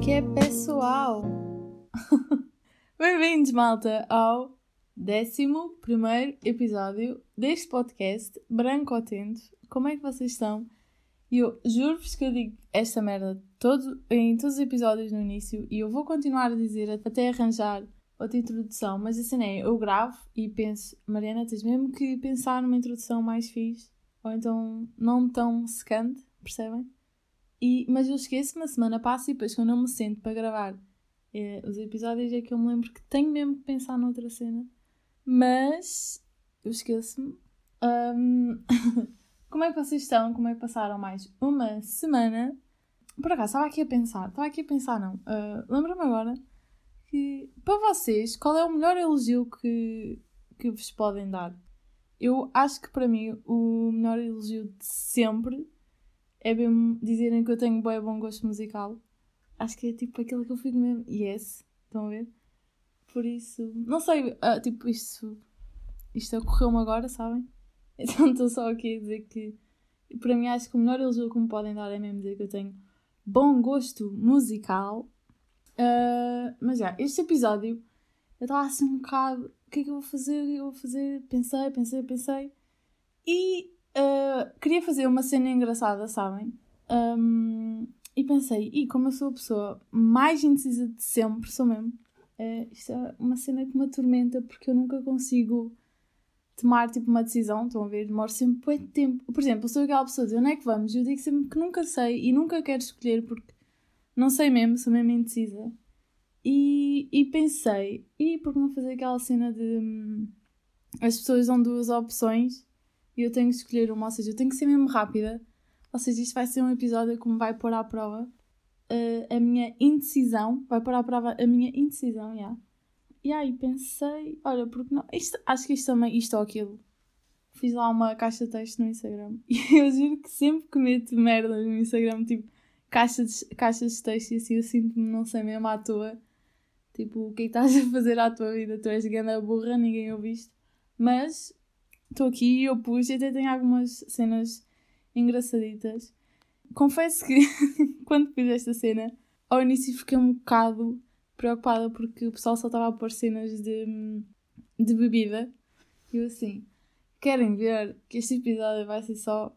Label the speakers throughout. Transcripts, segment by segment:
Speaker 1: que é pessoal? Bem-vindos, malta, ao 11º episódio deste podcast Branco Atento. Como é que vocês estão? E eu juro-vos que eu digo esta merda em todos os episódios no início e eu vou continuar a dizer até arranjar outra introdução, mas assim é, eu gravo e penso, Mariana, tens mesmo que pensar numa introdução mais fixe, ou então não tão secante, percebem? Mas eu esqueço-me, a semana passa e depois quando eu me sento para gravar os episódios é que eu me lembro que tenho mesmo que pensar noutra cena, mas eu esqueço-me. Como é que vocês estão? Como é que passaram mais uma semana? Por acaso, estava aqui a pensar não. Lembro-me agora que, para vocês, qual é o melhor elogio que vos podem dar? Eu acho que, para mim, o melhor elogio de sempre é mesmo dizerem que eu tenho bem bom gosto musical. Acho que é tipo aquilo que eu fico mesmo, yes, estão a ver? Por isso, não sei, tipo, isto ocorreu-me agora, sabem? Então estou só aqui a dizer que, para mim, acho que o melhor elogio que me podem dar é mesmo dizer que eu tenho bom gosto musical. Mas já, este episódio, eu estava assim um bocado, o que é que eu vou fazer? Pensei. E queria fazer uma cena engraçada, sabem? E pensei, como eu sou a pessoa mais indecisa de sempre, sou mesmo, isto é uma cena que me atormenta porque eu nunca consigo tomar tipo uma decisão, estão a ver? Demoro sempre muito tempo. Por exemplo, eu sou aquela pessoa de onde é que vamos? Eu digo sempre que nunca sei e nunca quero escolher porque não sei mesmo, sou mesmo indecisa. E pensei, por que não fazer aquela cena de as pessoas dão duas opções e eu tenho que escolher uma, ou seja, eu tenho que ser mesmo rápida, ou seja, isto vai ser um episódio que me vai pôr à prova a minha indecisão, já. E aí pensei, olha, porque não, acho que isto também, isto ou aquilo. Fiz lá uma caixa de texto no Instagram e eu juro que sempre que meto merda no Instagram, tipo, caixas de texto e assim, eu sinto-me, não sei mesmo, à toa. Tipo, o que é que estás a fazer à tua vida? Tu és grande burra, ninguém ouve isto. Mas estou aqui e eu pus e até tenho algumas cenas engraçaditas. Confesso que quando fiz esta cena, ao início fiquei um bocado preocupada porque o pessoal só estava a pôr cenas de bebida. E eu assim, querem ver que este episódio vai ser só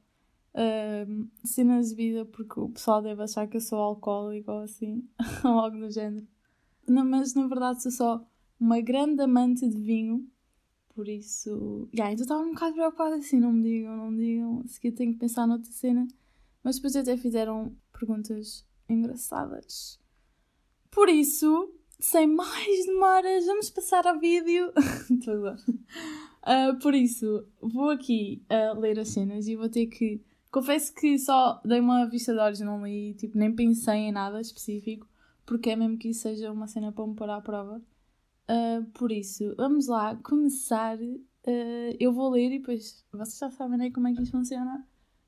Speaker 1: cenas de bebida porque o pessoal deve achar que eu sou alcoólica ou assim, ou algo do género. Não, mas na verdade sou só uma grande amante de vinho. Por isso... então estava um bocado preocupada assim, não me digam. Se eu tenho que pensar noutra cena. Mas depois até fizeram perguntas engraçadas. Por isso, sem mais demoras, vamos passar ao vídeo. Estou agora. Por isso, vou aqui ler as cenas e vou ter que... Confesso que só dei uma vista de olhos, não li, tipo, nem pensei em nada específico, porque é mesmo que isso seja uma cena para me pôr à prova. Por isso, vamos lá começar. Eu vou ler e depois vocês já sabem, né, como é que isto funciona.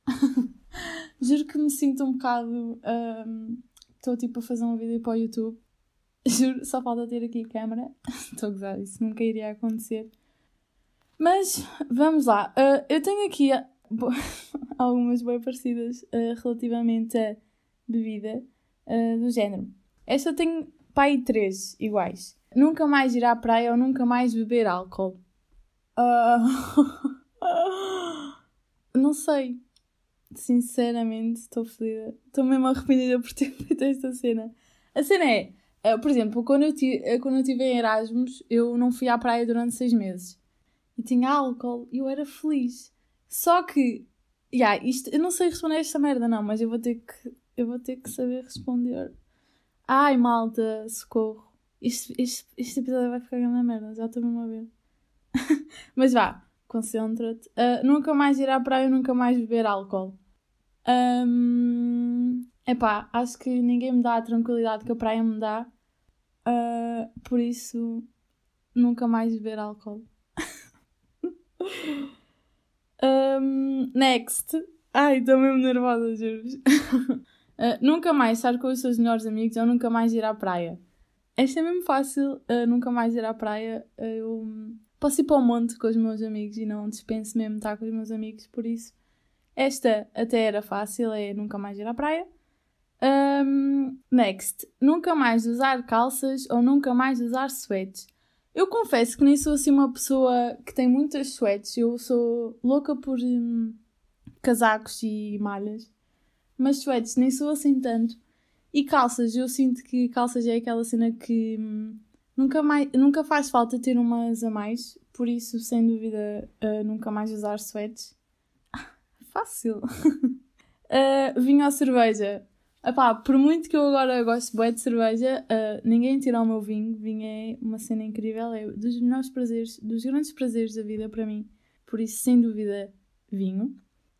Speaker 1: Juro que me sinto um bocado. Estou tipo a fazer um vídeo para o YouTube. Juro, só falta ter aqui a câmera. Estou a gozar, isso nunca iria acontecer. Mas vamos lá. Eu tenho aqui algumas bem parecidas relativamente a bebida do género. Esta eu tenho pai 3 iguais. Nunca mais ir à praia ou nunca mais beber álcool. Não sei. Sinceramente, estou fodida. Estou mesmo arrependida por ter feito esta cena. A cena é, por exemplo, quando eu estive em Erasmus, eu não fui à praia durante 6 meses. E tinha álcool e eu era feliz. Só que, isto, eu não sei responder esta merda não, mas eu vou ter que saber responder. Ai, malta, socorro. Este episódio vai ficar grande merda, já estou mesmo a ver. Mas vá, concentra-te. Nunca mais ir à praia, nunca mais beber álcool. Acho que ninguém me dá a tranquilidade que a praia me dá. Por isso, nunca mais beber álcool. Next. Ai, estou mesmo nervosa, juro. Nunca mais estar com os seus melhores amigos ou nunca mais ir à praia. Esta é mesmo fácil, nunca mais ir à praia. Eu posso ir para o monte com os meus amigos e não dispenso mesmo estar com os meus amigos, por isso. Esta até era fácil, é nunca mais ir à praia. Next. Nunca mais usar calças ou nunca mais usar sweats. Eu confesso que nem sou assim uma pessoa que tem muitas sweats. Eu sou louca por casacos e malhas. Mas sweats nem sou assim tanto. E calças, eu sinto que calças é aquela cena que nunca faz falta ter umas a mais. Por isso, sem dúvida, nunca mais usar sweats. Fácil. Vinho ou cerveja? Epá, por muito que eu agora goste bué de cerveja, ninguém tira o meu vinho. Vinho é uma cena incrível, é dos melhores prazeres, dos grandes prazeres da vida para mim. Por isso, sem dúvida, vinho.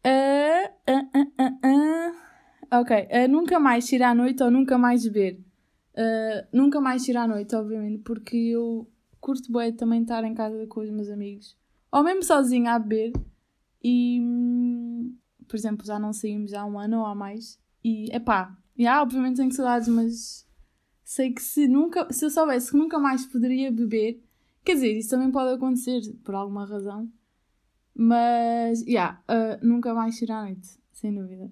Speaker 1: Ok, nunca mais ir à noite ou nunca mais beber? Nunca mais ir à noite, obviamente, porque eu curto bué também estar em casa com os meus amigos. Ou mesmo sozinha a beber. E, por exemplo, já não saímos há um ano ou há mais. E, obviamente tenho saudades, mas sei que se eu soubesse que nunca mais poderia beber, quer dizer, isso também pode acontecer por alguma razão, mas, nunca mais ir à noite, sem dúvida.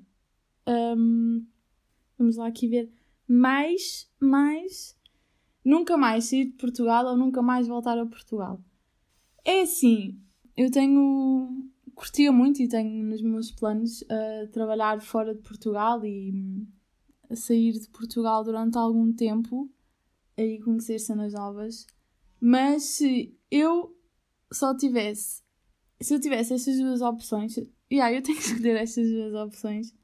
Speaker 1: Vamos lá aqui ver mais, nunca mais sair de Portugal ou nunca mais voltar a Portugal. É assim, eu curtia muito e tenho nos meus planos trabalhar fora de Portugal e sair de Portugal durante algum tempo e conhecer cenas novas. Mas se eu tivesse estas duas opções, eu tenho que escolher estas duas opções,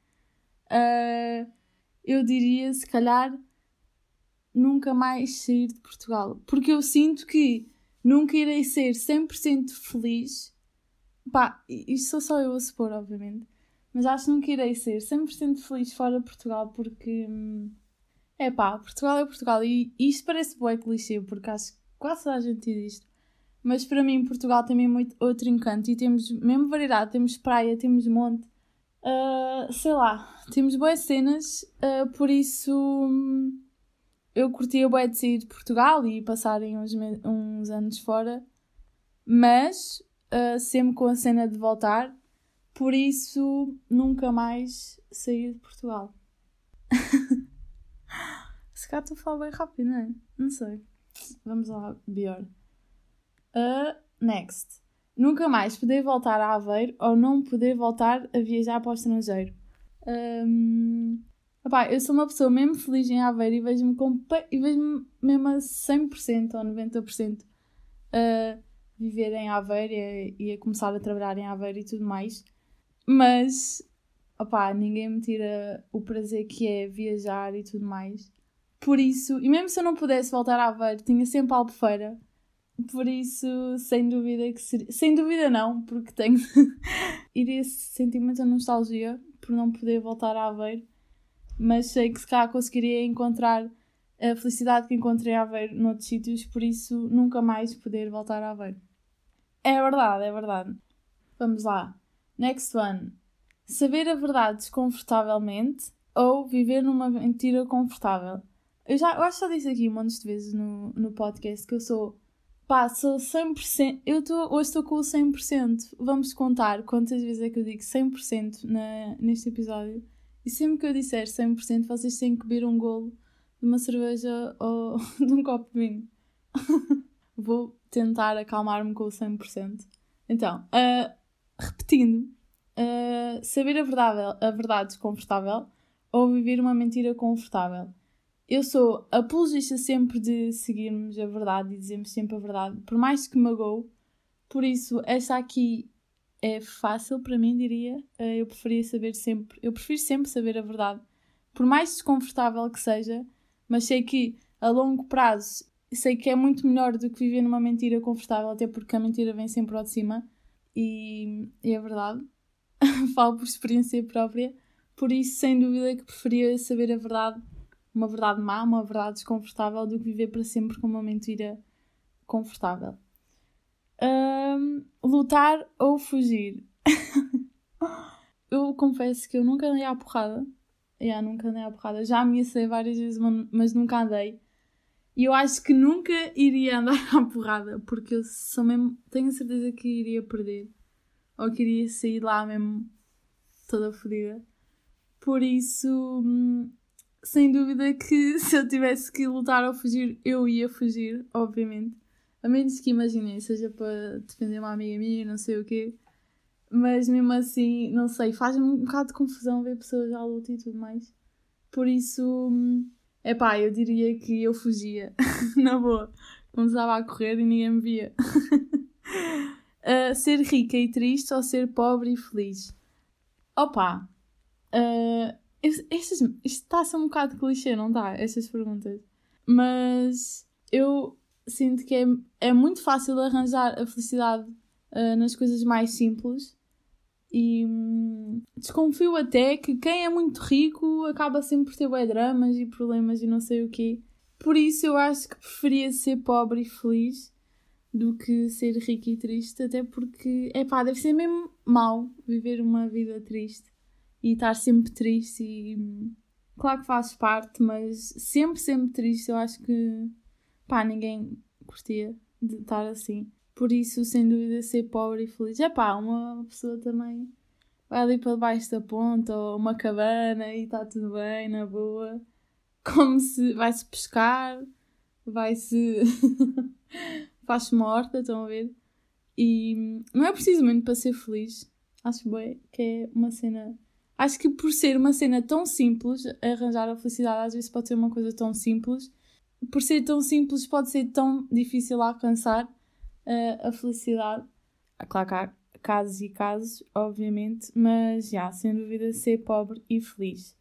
Speaker 1: eu diria, se calhar, nunca mais sair de Portugal. Porque eu sinto que nunca irei ser 100% feliz. Pá, isto sou só eu a supor, obviamente. Mas acho que nunca irei ser 100% feliz fora de Portugal porque... Portugal é Portugal. E isto parece bué clichê, porque acho que quase toda a gente diz isto. Mas para mim, Portugal tem mesmo outro encanto. E temos mesmo variedade. Temos praia, temos monte. Sei lá, temos boas cenas. Por isso... eu curtia bué de sair de Portugal e passarem uns anos fora. Mas... sempre com a cena de voltar, por isso nunca mais sair de Portugal. Se calhar estou a falar bem rápido, não é? Não sei. Vamos lá, pior. Next. Nunca mais poder voltar a Aveiro ou não poder voltar a viajar para o estrangeiro. Eu sou uma pessoa mesmo feliz em Aveiro e vejo-me mesmo a 100% ou 90% viver em Aveiro e a começar a trabalhar em Aveiro e tudo mais. Mas, ninguém me tira o prazer que é viajar e tudo mais. Por isso, e mesmo se eu não pudesse voltar a Aveiro, tinha sempre Albufeira. Por isso, sem dúvida que seria... Sem dúvida não, porque tenho... iria sentir muita nostalgia por não poder voltar a Aveiro. Mas sei que se calhar conseguiria encontrar a felicidade que encontrei a Aveiro noutros sítios, por isso nunca mais poder voltar a Aveiro. É verdade, é verdade. Vamos lá. Next one. Saber a verdade desconfortavelmente ou viver numa mentira confortável. Eu acho que já disse aqui um monte de vezes no podcast que eu sou 100%. Hoje estou com o 100%. Vamos contar quantas vezes é que eu digo 100% neste episódio. E sempre que eu disser 100%, vocês têm que beber um golo de uma cerveja ou de um copo de vinho. Vou tentar acalmar-me com o 100%. Então, repetindo. Saber a verdade desconfortável ou viver uma mentira confortável. Eu sou apologista sempre de seguirmos a verdade e dizermos sempre a verdade, por mais que magoe. Por isso, esta aqui é fácil para mim, diria. Eu prefiro sempre saber a verdade, por mais desconfortável que seja, mas sei que a longo prazo sei que é muito melhor do que viver numa mentira confortável, até porque a mentira vem sempre ao de cima e é verdade. Falo por experiência própria, por isso sem dúvida que preferia saber a verdade, uma verdade má, uma verdade desconfortável, do que viver para sempre com uma mentira confortável. Lutar ou fugir? Eu confesso que eu nunca andei à porrada. Já ameacei várias vezes, mas nunca andei. E eu acho que nunca iria andar à porrada, porque eu tenho a certeza que iria perder. Ou que iria sair lá mesmo toda fodida. Por isso, sem dúvida que se eu tivesse que lutar ou fugir, eu ia fugir, obviamente. A menos que imaginei, seja para defender uma amiga minha, não sei o quê. Mas mesmo assim, não sei, faz-me um bocado de confusão ver pessoas à luta e tudo mais. Por isso, eu diria que eu fugia, na boa. Começava a correr e ninguém me via. Ser rica e triste ou ser pobre e feliz? Opa, isto está a ser um bocado clichê, não está? Estas perguntas. Mas eu sinto que é muito fácil arranjar a felicidade nas coisas mais simples. E desconfio até que quem é muito rico acaba sempre por ter bué dramas e problemas e não sei o quê. Por isso eu acho que preferia ser pobre e feliz do que ser rico e triste, até porque, deve ser mesmo mau viver uma vida triste e estar sempre triste e claro que faz parte, mas sempre triste. Eu acho que, ninguém curtia de estar assim. Por isso, sem dúvida, ser pobre e feliz. Uma pessoa também vai ali para debaixo da ponta ou uma cabana e está tudo bem, na boa. Como se vai-se pescar, vai-se... faz-se uma horta, estão a ver? E não é preciso muito para ser feliz. Acho bem que é uma cena... Acho que por ser uma cena tão simples, arranjar a felicidade às vezes pode ser uma coisa tão simples. Por ser tão simples pode ser tão difícil alcançar a felicidade. Claro que há casos e casos, obviamente, mas sem dúvida ser pobre e feliz.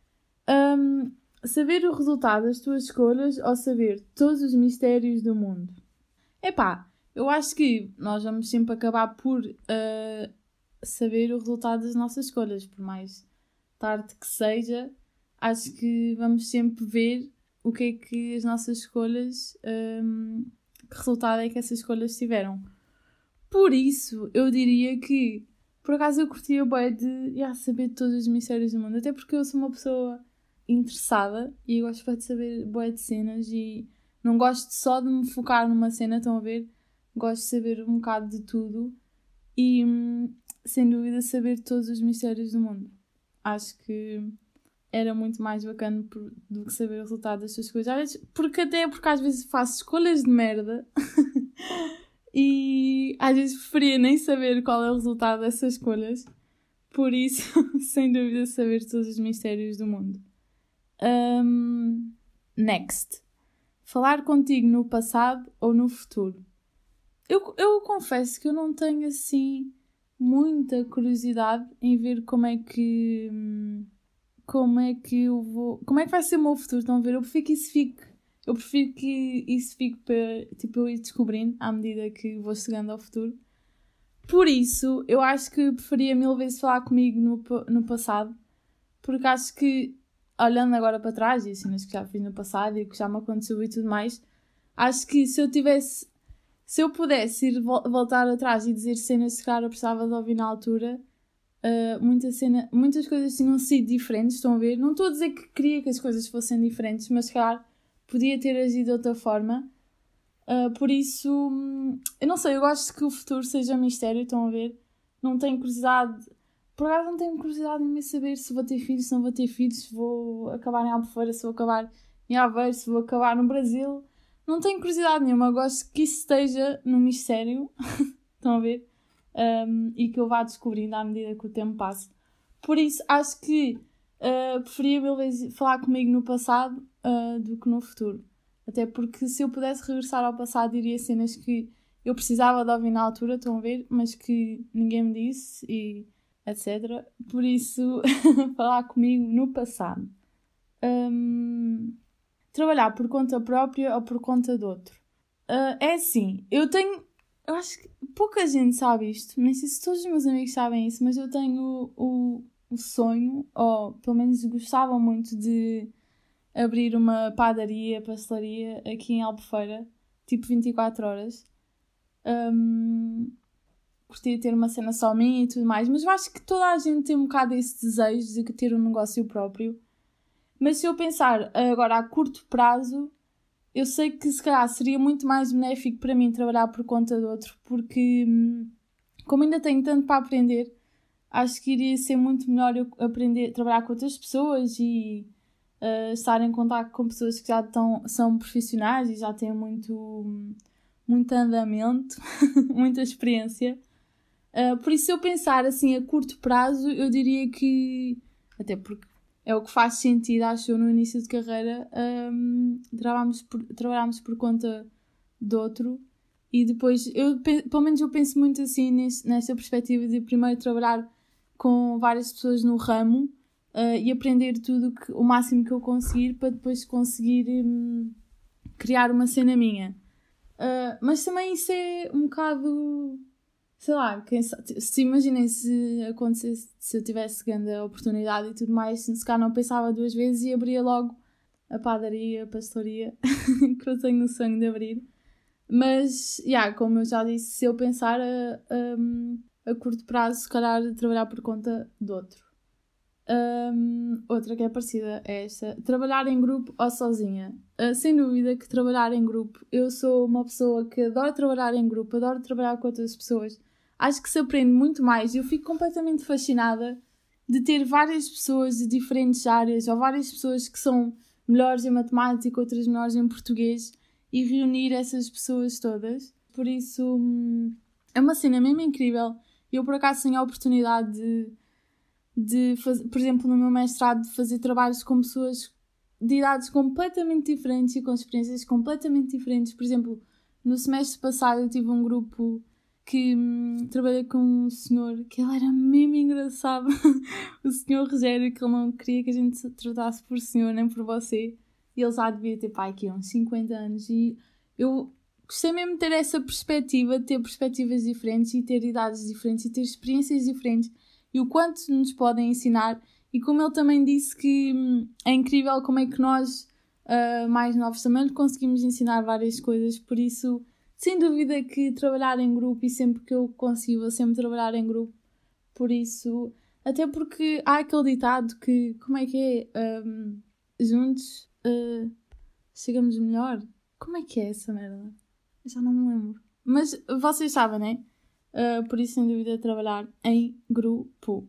Speaker 1: Saber o resultado das tuas escolhas ou saber todos os mistérios do mundo? Eu acho que nós vamos sempre acabar por saber o resultado das nossas escolhas, por mais tarde que seja. Acho que vamos sempre ver o que é que as nossas escolhas, que resultado é que essas escolhas tiveram. Por isso, eu diria que, por acaso, eu curtia bué de saber todos os mistérios do mundo. Até porque eu sou uma pessoa interessada e eu gosto bué de saber bué de cenas e não gosto só de me focar numa cena, estão a ver? Gosto de saber um bocado de tudo e, sem dúvida, saber todos os mistérios do mundo. Acho que era muito mais bacana do que saber o resultado das suas coisas. Porque às vezes faço escolhas de merda e às vezes preferia nem saber qual é o resultado dessas escolhas. Por isso, sem dúvida, saber todos os mistérios do mundo. Next. Falar contigo no passado ou no futuro? Eu confesso que eu não tenho assim muita curiosidade em ver como é que vai ser o meu futuro. Estão a ver? Eu prefiro que isso fique para eu ir descobrindo à medida que vou chegando ao futuro. Por isso, eu acho que preferia 1000 vezes falar comigo no passado, porque acho que, olhando agora para trás e as cenas que já fiz no passado e o que já me aconteceu e tudo mais, acho que se eu pudesse ir voltar atrás e dizer cenas que cara eu precisava de ouvir na altura, muitas coisas tinham sido diferentes, estão a ver? Não estou a dizer que queria que as coisas fossem diferentes, mas se calhar podia ter agido de outra forma. Por isso, eu não sei, eu gosto que o futuro seja mistério, estão a ver? Não tenho curiosidade, por acaso não tenho curiosidade em saber se vou ter filhos, se não vou ter filhos, se vou acabar em Albufeira, se vou acabar em Aveiro, se vou acabar no Brasil. Não tenho curiosidade nenhuma, gosto que isso esteja no mistério, estão a ver? E que eu vá descobrindo à medida que o tempo passa. Por isso, acho que preferia 1000 vezes falar comigo no passado do que no futuro. Até porque se eu pudesse regressar ao passado, diria cenas que eu precisava de ouvir na altura, estão a ver, mas que ninguém me disse e etc. Por isso, falar comigo no passado. Trabalhar por conta própria ou por conta de outro? É assim, eu acho que pouca gente sabe isto, nem sei se todos os meus amigos sabem isso, mas eu tenho o sonho, ou pelo menos gostava muito de abrir uma padaria, pastelaria aqui em Albufeira, tipo 24 horas. Gostaria de ter uma cena só minha e tudo mais, mas eu acho que toda a gente tem um bocado esse desejo de ter um negócio próprio. Mas se eu pensar agora a curto prazo, eu sei que se calhar seria muito mais benéfico para mim trabalhar por conta de outro, porque como ainda tenho tanto para aprender, acho que iria ser muito melhor eu aprender a trabalhar com outras pessoas e estar em contato com pessoas que já são profissionais e já têm muito andamento, muita experiência. Por isso, se eu pensar assim a curto prazo, eu diria que, até porque é o que faz sentido, acho eu, no início de carreira, trabalharmos por conta de outro. E depois, pelo menos eu penso muito assim nesta perspectiva de primeiro trabalhar com várias pessoas no ramo e aprender o máximo que eu conseguir para depois conseguir criar uma cena minha. Mas também isso é um bocado, sei lá, se imaginem se acontecesse, se eu tivesse grande oportunidade e tudo mais, se calhar não pensava duas vezes e abria logo a padaria, a pastoria, que eu tenho o sonho de abrir. Mas, como eu já disse, se eu pensar a curto prazo, se calhar trabalhar por conta de outro. Outra que é parecida é esta: trabalhar em grupo ou sozinha. Sem dúvida que trabalhar em grupo. Eu sou uma pessoa que adora trabalhar em grupo, adoro trabalhar com outras pessoas. Acho que se aprende muito mais. Eu fico completamente fascinada de ter várias pessoas de diferentes áreas, ou várias pessoas que são melhores em matemática, outras melhores em português, e reunir essas pessoas todas. Por isso, é uma cena mesmo incrível. Eu, por acaso, tenho a oportunidade de fazer, por exemplo, no meu mestrado, de fazer trabalhos com pessoas de idades completamente diferentes e com experiências completamente diferentes. Por exemplo, no semestre passado eu tive um grupo que trabalhei com um senhor que ele era mesmo engraçado. O senhor Rogério, que ele não queria que a gente se tratasse por senhor nem por você. E ele já devia ter, aqui uns 50 anos. E eu gostei mesmo de ter essa perspectiva, de ter perspectivas diferentes e ter idades diferentes e ter experiências diferentes. E o quanto nos podem ensinar. E como ele também disse que é incrível como é que nós, mais novos, também conseguimos ensinar várias coisas. Por isso, sem dúvida que trabalhar em grupo, e sempre que eu consigo, vou sempre trabalhar em grupo. Por isso, até porque há aquele ditado que, como é que é? Juntos chegamos melhor. Como é que é essa merda? Eu já não me lembro. Mas vocês sabem, né? Por isso, sem dúvida, trabalhar em grupo.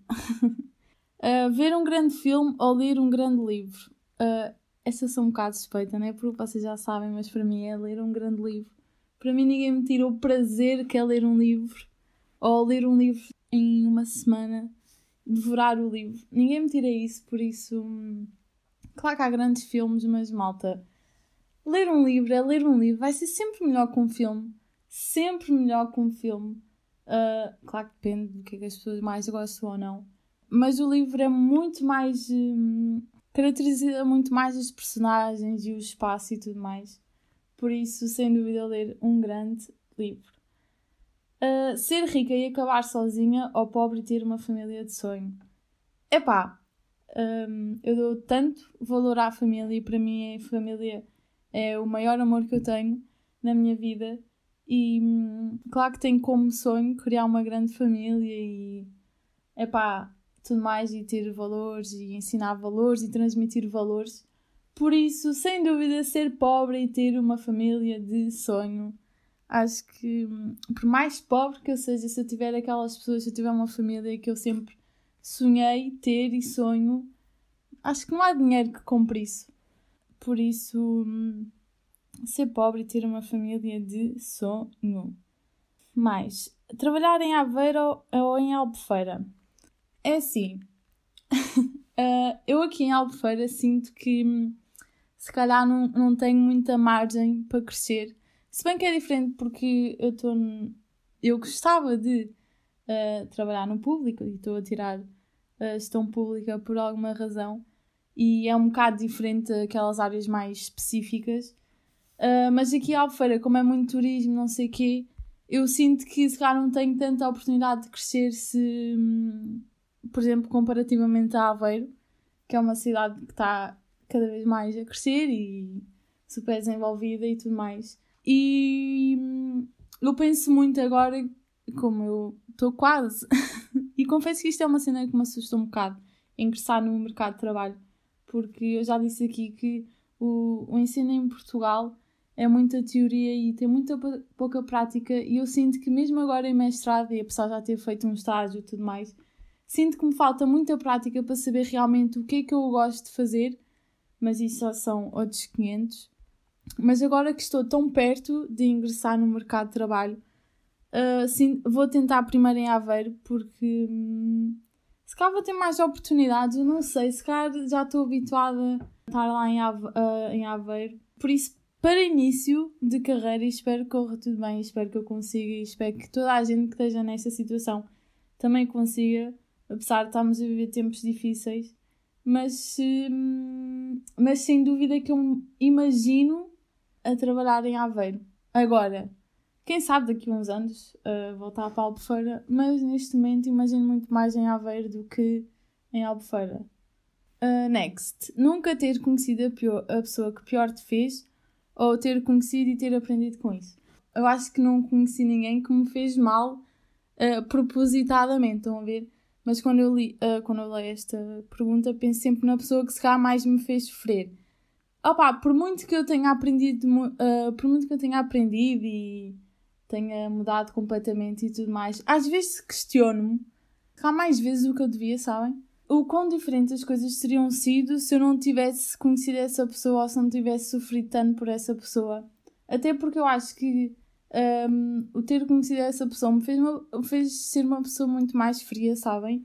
Speaker 1: Ver um grande filme ou ler um grande livro. Essa sou um bocado suspeita, né? Porque vocês já sabem, mas para mim é ler um grande livro. Para mim ninguém me tira o prazer que é ler um livro. Ou ler um livro em uma semana. Devorar o livro. Ninguém me tira isso, por isso... Claro que há grandes filmes, mas malta... Ler um livro é ler um livro. Vai ser sempre melhor que um filme. Sempre melhor que um filme. Claro que depende do que é que as pessoas mais gostam ou não. Mas o livro é muito mais... caracteriza muito mais os personagens e o espaço e tudo mais. Por isso, sem dúvida, ler um grande livro. Ser rica e acabar sozinha ou pobre e ter uma família de sonho. Eu dou tanto valor à família e para mim a família é o maior amor que eu tenho na minha vida. E claro que tenho como sonho criar uma grande família e tudo mais, e ter valores e ensinar valores e transmitir valores. Por isso, sem dúvida, ser pobre e ter uma família de sonho. Acho que, por mais pobre que eu seja, se eu tiver aquelas pessoas, se eu tiver uma família que eu sempre sonhei ter e sonho, acho que não há dinheiro que compre isso. Por isso, ser pobre e ter uma família de sonho. Mais, trabalhar em Aveiro ou em Albufeira? É assim, eu aqui em Albufeira sinto que se calhar não tenho muita margem para crescer. Se bem que é diferente porque eu gostava de trabalhar no público e estou a tirar a gestão pública por alguma razão e é um bocado diferente daquelas áreas mais específicas. Mas aqui em Albufeira, como é muito turismo, não sei o quê, eu sinto que se calhar não tenho tanta oportunidade de crescer se... por exemplo, comparativamente a Aveiro, que é uma cidade que está cada vez mais a crescer e super desenvolvida e tudo mais. E eu penso muito agora, como eu estou quase, e confesso que isto é uma cena que me assusta um bocado, ingressar no mercado de trabalho, porque eu já disse aqui que o ensino em Portugal é muita teoria e tem muita pouca prática, e eu sinto que mesmo agora em mestrado, e apesar de já ter feito um estágio e tudo mais, sinto que me falta muita prática para saber realmente o que é que eu gosto de fazer mas isso só são outros 500. Mas agora que estou tão perto de ingressar no mercado de trabalho, sim, vou tentar primeiro em Aveiro, porque se calhar vou ter mais oportunidades, eu não sei, se calhar já estou habituada a estar lá em Aveiro. Por isso, para início de carreira, espero que corra tudo bem, espero que eu consiga e espero que toda a gente que esteja nesta situação também consiga, apesar de estarmos a viver tempos difíceis. Mas sem dúvida que eu me imagino a trabalhar em Aveiro. Agora, quem sabe daqui a uns anos voltar para a Albufeira, mas neste momento imagino muito mais em Aveiro do que em Albufeira. Next. Nunca ter conhecido a pessoa que pior te fez ou ter conhecido e ter aprendido com isso. Eu acho que não conheci ninguém que me fez mal propositadamente, estão a ver? Mas quando eu leio esta pergunta, penso sempre na pessoa que se calhar mais me fez sofrer. Por muito que eu tenha aprendido, e tenha mudado completamente e tudo mais, às vezes questiono-me, há mais vezes do que eu devia, sabem? O quão diferentes as coisas teriam sido se eu não tivesse conhecido essa pessoa ou se não tivesse sofrido tanto por essa pessoa. Até porque eu acho que o ter conhecido essa pessoa me fez ser uma pessoa muito mais fria, sabem?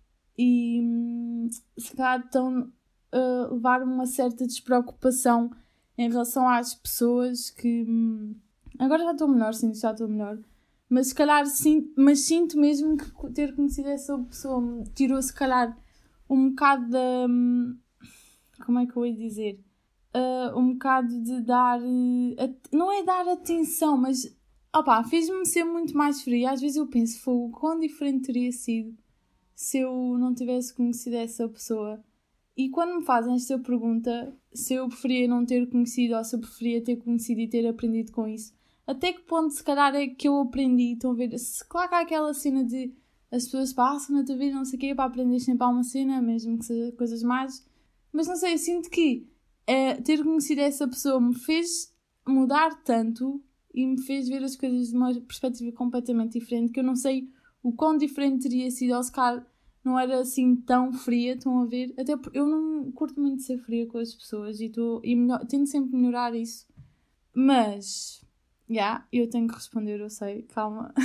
Speaker 1: E se calhar estão levar uma certa despreocupação em relação às pessoas que... agora já estou melhor, sim, já estou melhor. Mas se calhar sinto mesmo que ter conhecido essa pessoa me tirou se calhar um bocado da... como é que eu ia dizer? Um bocado de dar... não é dar atenção, mas... fez-me ser muito mais fria. Às vezes eu penso, quão diferente teria sido se eu não tivesse conhecido essa pessoa. E quando me fazem esta pergunta, se eu preferia não ter conhecido ou se eu preferia ter conhecido e ter aprendido com isso, até que ponto se calhar é que eu aprendi? Estão a ver? Claro que há aquela cena de as pessoas passam na tua vida, não sei o quê, para aprender sempre há uma cena, mesmo que seja coisas mais. Mas não sei, eu sinto que ter conhecido essa pessoa me fez mudar tanto e me fez ver as coisas de uma perspectiva completamente diferente, que eu não sei o quão diferente teria sido, ou se calhar não era assim tão fria, estão a ver? Até porque eu não curto muito ser fria com as pessoas e tento sempre melhorar isso. Mas, eu tenho que responder, eu sei, calma.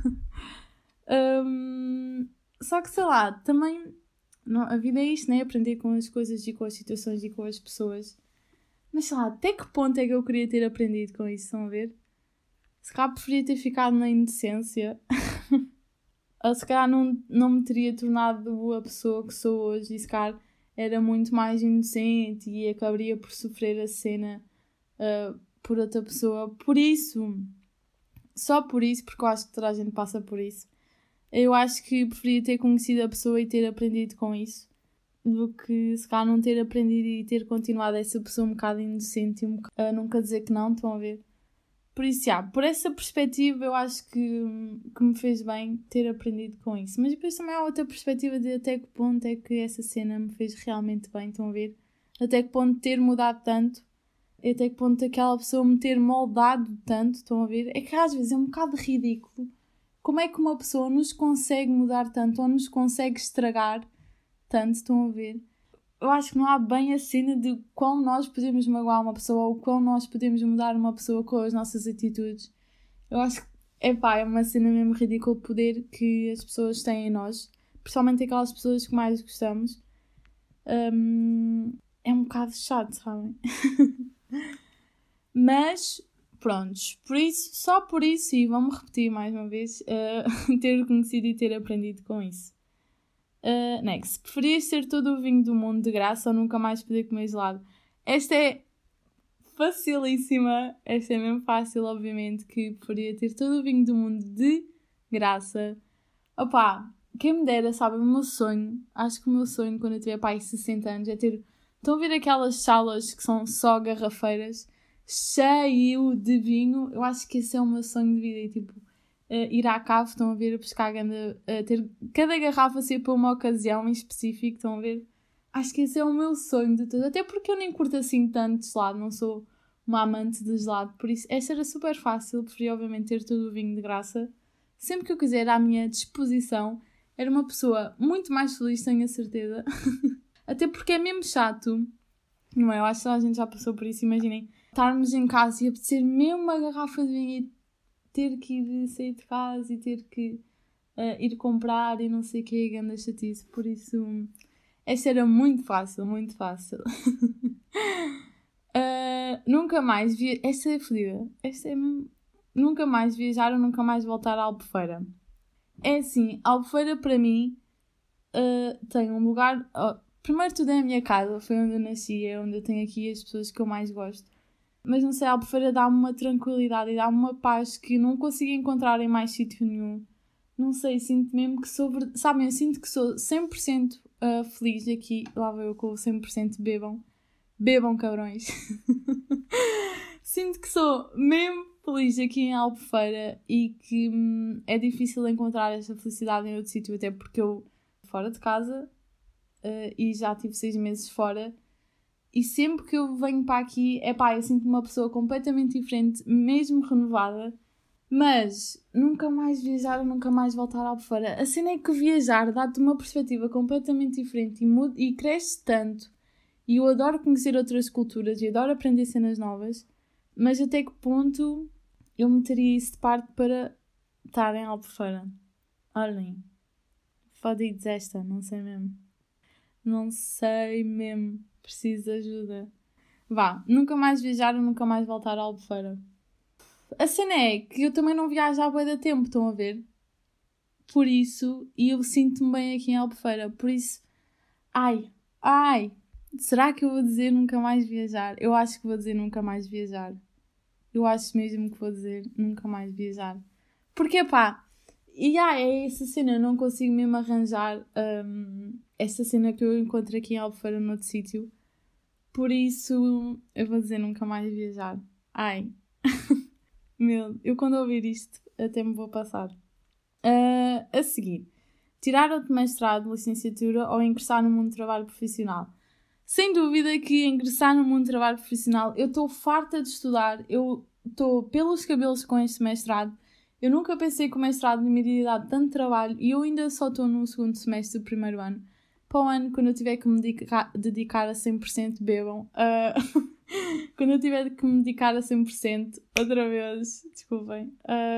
Speaker 1: Só que, sei lá, também a vida é isto, né? Aprender com as coisas e com as situações e com as pessoas. Mas, sei lá, até que ponto é que eu queria ter aprendido com isso, estão a ver? Se calhar preferia ter ficado na inocência. Ou se calhar não me teria tornado a pessoa que sou hoje e se calhar era muito mais inocente e acabaria por sofrer a cena por outra pessoa. Por isso, só por isso, porque eu acho que toda a gente passa por isso, eu acho que preferia ter conhecido a pessoa e ter aprendido com isso do que se calhar não ter aprendido e ter continuado essa pessoa um bocado inocente e nunca dizer que não, estão a ver? Por isso, por essa perspectiva, eu acho que me fez bem ter aprendido com isso. Mas depois também há outra perspectiva de até que ponto é que essa cena me fez realmente bem, estão a ver? Até que ponto ter mudado tanto, até que ponto aquela pessoa me ter moldado tanto, estão a ver? É que às vezes é um bocado ridículo. Como é que uma pessoa nos consegue mudar tanto ou nos consegue estragar tanto, estão a ver? Eu acho que não há bem a cena de quão nós podemos magoar uma pessoa ou quão nós podemos mudar uma pessoa com as nossas atitudes. Eu acho que é uma cena mesmo ridícula o poder que as pessoas têm em nós, principalmente aquelas pessoas que mais gostamos. É um bocado chato, sabem? Mas, prontos, só por isso, e vamos repetir mais uma vez, ter conhecido e ter aprendido com isso. Next. Preferias ter todo o vinho do mundo de graça ou nunca mais poder comer gelado? Esta é facilíssima. Esta é mesmo fácil, obviamente, que preferia ter todo o vinho do mundo de graça. Quem me dera, sabe, o meu sonho, acho que o meu sonho quando eu tiver 60 anos é ter... Estão a ver aquelas salas que são só garrafeiras, cheio de vinho? Eu acho que esse é o meu sonho de vida, e tipo... ir à cave, estão a ver, a pescar, ter cada garrafa ser para uma ocasião em específico, estão a ver? Acho que esse é o meu sonho de tudo, até porque eu nem curto assim tanto de gelado, não sou uma amante de gelado, por isso esta era super fácil, preferia obviamente ter todo o vinho de graça, sempre que eu quiser à minha disposição, era uma pessoa muito mais feliz, tenho a certeza, até porque é mesmo chato Não é? Eu acho que a gente já passou por isso. Imaginem, estarmos em casa e apetecer mesmo uma garrafa de vinho e ter que ir sair de casa e ter que ir comprar e não sei o que, grande chatice. Por isso, esta era muito fácil, muito fácil. Nunca mais esta é fodida. Esta é mesmo... Nunca mais viajar ou nunca mais voltar à Albufeira. É assim, a Albufeira para mim tem um lugar... primeiro tudo é a minha casa, foi onde eu nasci, é onde eu tenho aqui as pessoas que eu mais gosto. Mas não sei, a Albufeira dá-me uma tranquilidade e dá-me uma paz que não consigo encontrar em mais sítio nenhum. Não sei, sinto mesmo que sou... Sabem, eu sinto que sou 100% feliz aqui. Lá vou eu com o 100% bebam. Bebam, cabrões. Sinto que sou mesmo feliz aqui em Albufeira e que é difícil encontrar esta felicidade em outro sítio, até porque eu fora de casa e já tive 6 meses fora e sempre que eu venho para aqui, eu sinto-me uma pessoa completamente diferente, mesmo renovada, mas nunca mais viajar, nunca mais voltar à Albufeira. A cena é que viajar dá-te uma perspectiva completamente diferente e cresce tanto. E eu adoro conhecer outras culturas e adoro aprender cenas novas, mas até que ponto eu meteria isso de parte para estar em Albufeira? Olhem, fodidos esta, não sei mesmo. Não sei mesmo, preciso de ajuda. Vá, nunca mais viajar ou nunca mais voltar à Albufeira. A cena é que eu também não viajo há bué de tempo, estão a ver? Por isso, e eu sinto-me bem aqui em Albufeira, por isso... Ai! Será que eu vou dizer nunca mais viajar? Eu acho que vou dizer nunca mais viajar. Eu acho mesmo que vou dizer nunca mais viajar. Porque, é essa cena, eu não consigo mesmo arranjar essa cena que eu encontro aqui em Albufeira noutro sítio. Por isso, eu vou dizer nunca mais viajar. Ai. Eu quando ouvir isto, até me vou passar. A seguir. Tirar outro mestrado, licenciatura ou ingressar no mundo do trabalho profissional. Sem dúvida que ingressar no mundo do trabalho profissional, eu estou farta de estudar, eu estou pelos cabelos com este mestrado. Eu nunca pensei que o mestrado me iria dar tanto trabalho e eu ainda só estou no segundo semestre do primeiro ano. Para o ano, quando eu tiver que me dedicar a 100%, bebam. Quando eu tiver que me dedicar a 100%, outra vez, desculpem,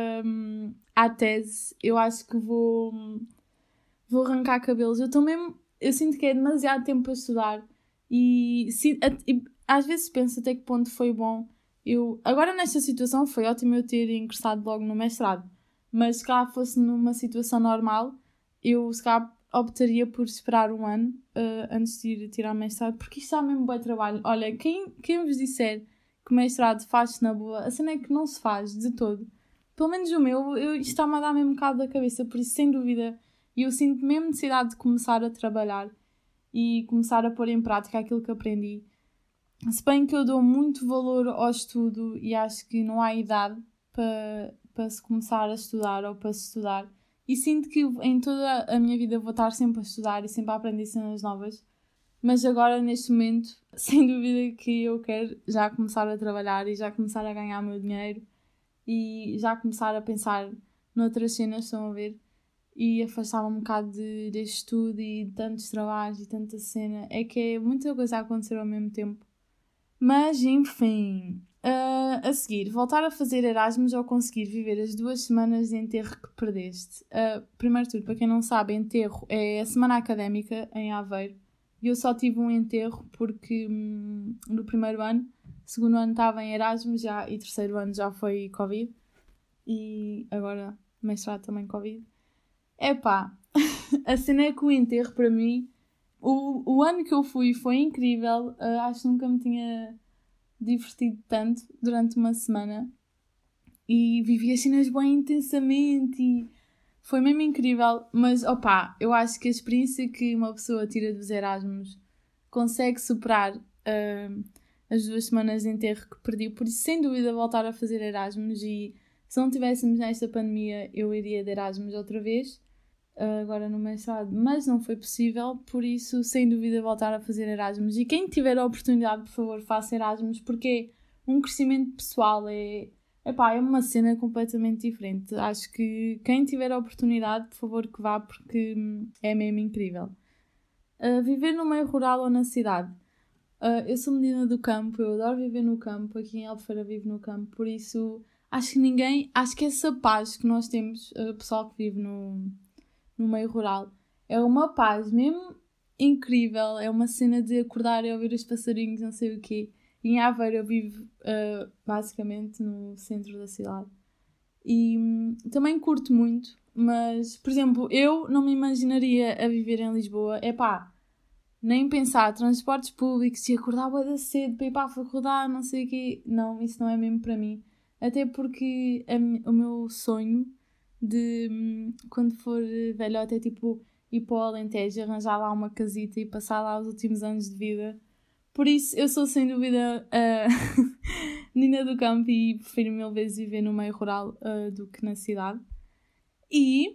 Speaker 1: à tese, eu acho que vou arrancar cabelos. Eu sinto que é demasiado tempo para estudar e às vezes penso até que ponto foi bom. Agora nesta situação foi ótimo eu ter ingressado logo no mestrado, mas se calhar fosse numa situação normal, eu se calhar optaria por esperar um ano antes de ir tirar mestrado, porque isto dá mesmo bom trabalho. Olha, quem vos disser que o mestrado faz-se na boa, a cena é que não se faz de todo. Pelo menos o meu, isto está-me a dar mesmo um bocado da cabeça, por isso sem dúvida eu sinto mesmo necessidade de começar a trabalhar e começar a pôr em prática aquilo que aprendi. Se bem que eu dou muito valor ao estudo e acho que não há idade para se começar a estudar ou para se estudar. E sinto que em toda a minha vida vou estar sempre a estudar e sempre a aprender cenas novas. Mas agora, neste momento, sem dúvida que eu quero já começar a trabalhar e já começar a ganhar o meu dinheiro e já começar a pensar noutras cenas, estão a ver? E afastar-me um bocado deste estudo e de tantos trabalhos e tanta cena. É que é muita coisa a acontecer ao mesmo tempo. Mas, enfim, a seguir, voltar a fazer Erasmus ou conseguir viver as 2 semanas de enterro que perdeste. Primeiro de tudo, para quem não sabe, enterro é a semana académica em Aveiro. E eu só tive um enterro porque no primeiro ano, segundo ano estava em Erasmus e terceiro ano já foi Covid. E agora mestrado também Covid. A cena é que o enterro para mim, o ano que eu fui foi incrível. Acho que nunca me tinha divertido tanto durante uma semana e vivi as cenas bem intensamente e foi mesmo incrível. Mas eu acho que a experiência que uma pessoa tira dos Erasmus consegue superar as 2 semanas de enterro que perdi. Por isso, sem dúvida, voltar a fazer Erasmus. E se não tivéssemos nesta pandemia, eu iria de Erasmus outra vez, agora no mestrado, mas não foi possível, por isso, sem dúvida, voltar a fazer Erasmus. E quem tiver a oportunidade, por favor, faça Erasmus, porque um crescimento pessoal é uma cena completamente diferente. Acho que quem tiver a oportunidade, por favor, que vá, porque é mesmo incrível. Viver no meio rural ou na cidade? Eu sou menina do campo, eu adoro viver no campo, aqui em Albufeira vivo no campo, por isso acho que essa paz que nós temos, pessoal que vive no meio rural, é uma paz mesmo incrível, é uma cena de acordar e ouvir os passarinhos, não sei o quê. E em Aveiro eu vivo basicamente no centro da cidade. E também curto muito, mas, por exemplo, eu não me imaginaria a viver em Lisboa. Nem pensar, transportes públicos e acordar bué da cedo para ir para a faculdade, não sei o quê. Não, isso não é mesmo para mim. Até porque o meu sonho de, quando for velhota, é tipo ir para o Alentejo, arranjar lá uma casita e passar lá os últimos anos de vida. Por isso, eu sou sem dúvida a menina do campo e prefiro 1000 vezes viver no meio rural do que na cidade. E,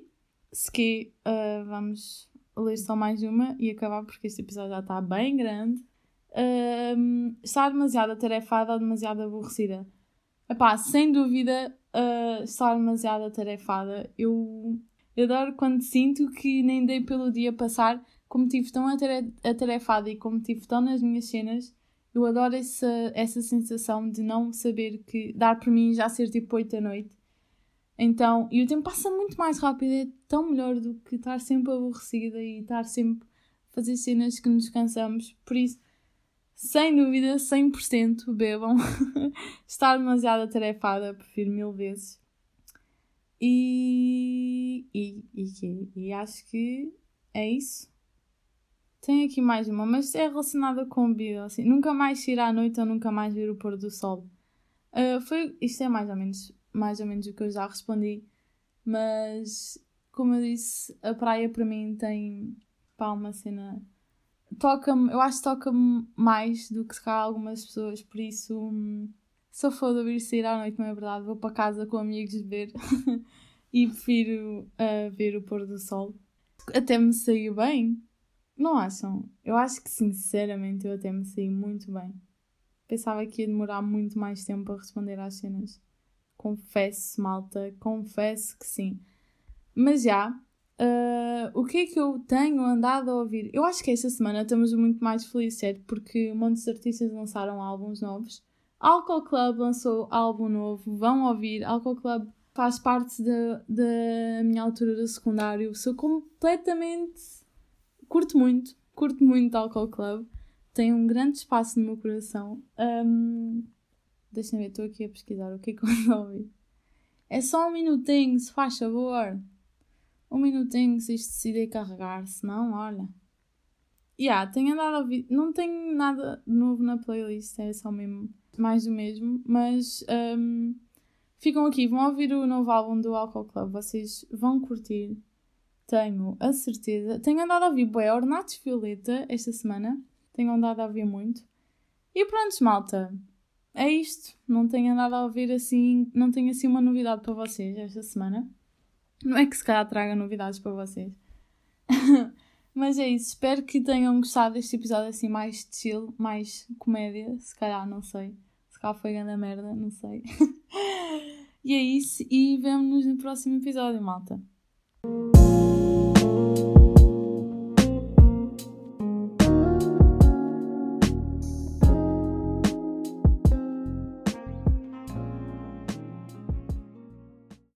Speaker 1: vamos ler só mais uma e acabar porque este episódio já está bem grande. Estar demasiado atarefada ou demasiado aborrecida? Sem dúvida, estar demasiado atarefada. Eu adoro quando sinto que nem dei pelo dia passar, como estive tão atarefada e como estive tão nas minhas cenas. Eu adoro essa sensação de não saber que dar por mim já ser tipo 8 da noite. Então, e o tempo passa muito mais rápido, é tão melhor do que estar sempre aborrecida e estar sempre a fazer cenas que nos cansamos. Por isso, sem dúvida, 100% bebam. Estar demasiado atarefada, prefiro 1000 vezes. E acho que é isso. Tenho aqui mais uma, mas é relacionada com vida, assim. Nunca mais sair à noite ou nunca mais ver o pôr do sol. Isto é mais ou menos o que eu já respondi. Mas, como eu disse, a praia para mim tem uma cena... eu acho que toca-me mais do que se calhar algumas pessoas, por isso sou fã de ouvir sair à noite, não é verdade? Vou para casa com amigos beber e prefiro ver o pôr do sol. Até me saiu bem, não acham? Eu acho que sinceramente eu até me saí muito bem. Pensava que ia demorar muito mais tempo a responder às cenas. Confesso, malta, confesso que sim. Mas o que é que eu tenho andado a ouvir? Eu acho que esta semana estamos muito mais felizes, certo? Porque muitos artistas lançaram álbuns novos. Alcohol Club lançou álbum novo. Vão ouvir. Alcohol Club faz parte da minha altura do secundário. Sou completamente... Curto muito Alcohol Club. Tem um grande espaço no meu coração. Deixa-me ver, estou aqui a pesquisar o que é que eu ando a ouvir. É só um minutinho, se faz favor. Um minutinho, se isto decidir carregar, senão, olha. Tenho andado a ouvir. Não tenho nada novo na playlist, é só mesmo mais do mesmo. Mas ficam aqui, vão ouvir o novo álbum do Alcohol Club, vocês vão curtir. Tenho a certeza. Tenho andado a ouvir bué Ornatos Violeta esta semana. Tenho andado a ouvir muito. E pronto, malta. É isto. Não tenho andado a ouvir assim... Não tenho assim uma novidade para vocês esta semana. Não é que se calhar traga novidades para vocês. Mas é isso. Espero que tenham gostado deste episódio assim mais chill, mais comédia. Se calhar, não sei. Se calhar foi grande merda, não sei. E é isso. E vemo-nos no próximo episódio, malta.